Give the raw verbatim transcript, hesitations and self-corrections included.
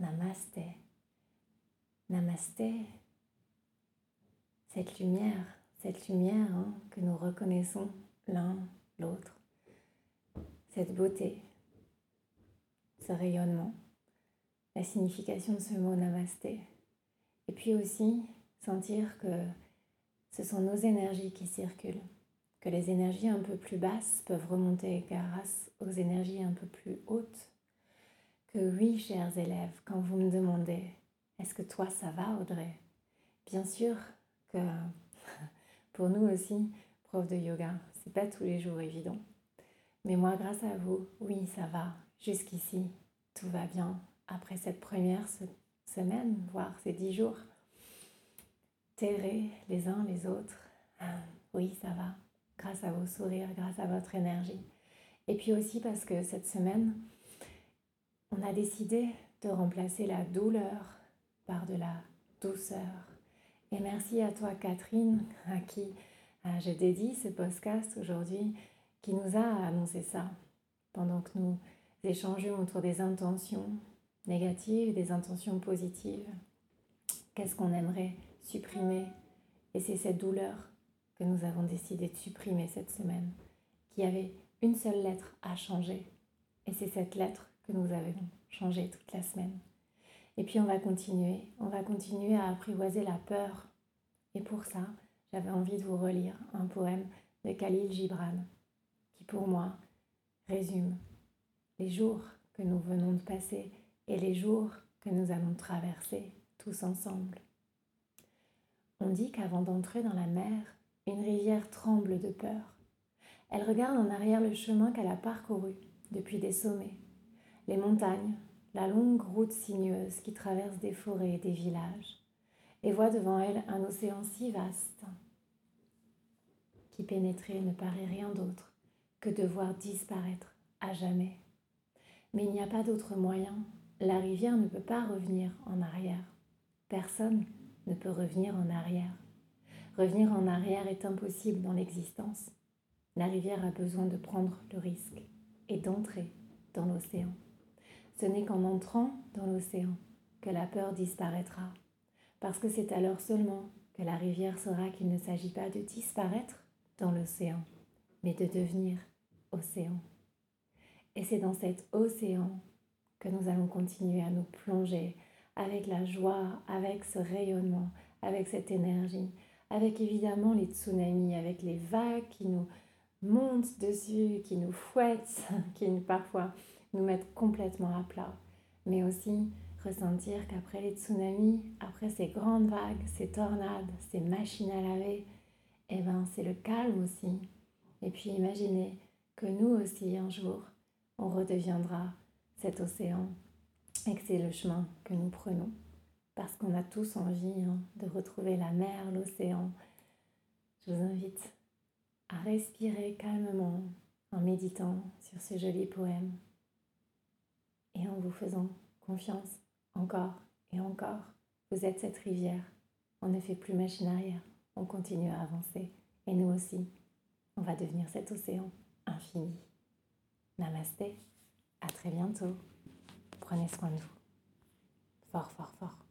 Namasté. Namasté, cette lumière, cette lumière hein, que nous reconnaissons l'un l'autre, cette beauté, ce rayonnement, la signification de ce mot Namasté. Et puis aussi sentir que ce sont nos énergies qui circulent, que les énergies un peu plus basses peuvent remonter grâce aux énergies un peu plus hautes. Que oui, chers élèves, quand vous me demandez « Est-ce que toi ça va, Audrey ?» Bien sûr que pour nous aussi, prof de yoga, c'est pas tous les jours évident. Mais moi, grâce à vous, oui, ça va. Jusqu'ici, tout va bien. Après cette première se- semaine, voire ces dix jours, terrés les uns les autres, ah, oui, ça va. Grâce à vos sourires, grâce à votre énergie. Et puis aussi parce que cette semaine, on a décidé de remplacer la douleur par de la douceur. Et merci à toi, Catherine, à qui euh, je dédie ce podcast aujourd'hui, qui nous a annoncé ça pendant que nous échangeons autour des intentions négatives, des intentions positives. Qu'est-ce qu'on aimerait supprimer? Et c'est cette douleur que nous avons décidé de supprimer cette semaine, qui avait une seule lettre à changer. Et c'est cette lettre que nous avons changée toute la semaine. Et puis on va continuer, on va continuer à apprivoiser la peur. Et pour ça, j'avais envie de vous relire un poème de Khalil Gibran, qui pour moi résume les jours que nous venons de passer et les jours que nous allons traverser tous ensemble. On dit qu'avant d'entrer dans la mer, une rivière tremble de peur. Elle regarde en arrière le chemin qu'elle a parcouru depuis des sommets, les montagnes, la longue route sinueuse qui traverse des forêts et des villages, et voit devant elle un océan si vaste qui pénétrer ne paraît rien d'autre que de voir disparaître à jamais. Mais il n'y a pas d'autre moyen. La rivière ne peut pas revenir en arrière. Personne ne peut revenir en arrière. Revenir en arrière est impossible dans l'existence. La rivière a besoin de prendre le risque et d'entrer dans l'océan. Ce n'est qu'en entrant dans l'océan que la peur disparaîtra, parce que c'est alors seulement que la rivière saura qu'il ne s'agit pas de disparaître dans l'océan, mais de devenir océan. Et c'est dans cet océan que nous allons continuer à nous plonger avec la joie, avec ce rayonnement, avec cette énergie, avec évidemment les tsunamis, avec les vagues qui nous montent dessus, qui nous fouettent, qui parfois nous mettent complètement à plat, mais aussi ressentir qu'après les tsunamis, après ces grandes vagues, ces tornades, ces machines à laver, eh ben c'est le calme aussi. Et puis imaginez que nous aussi un jour, on redeviendra cet océan et que c'est le chemin que nous prenons. Parce qu'on a tous envie hein, de retrouver la mer, l'océan. Je vous invite à respirer calmement en méditant sur ce joli poème et en vous faisant confiance encore et encore. Vous êtes cette rivière, on ne fait plus machine arrière, on continue à avancer et nous aussi, on va devenir cet océan infini. Namasté, à très bientôt, prenez soin de vous, fort fort fort.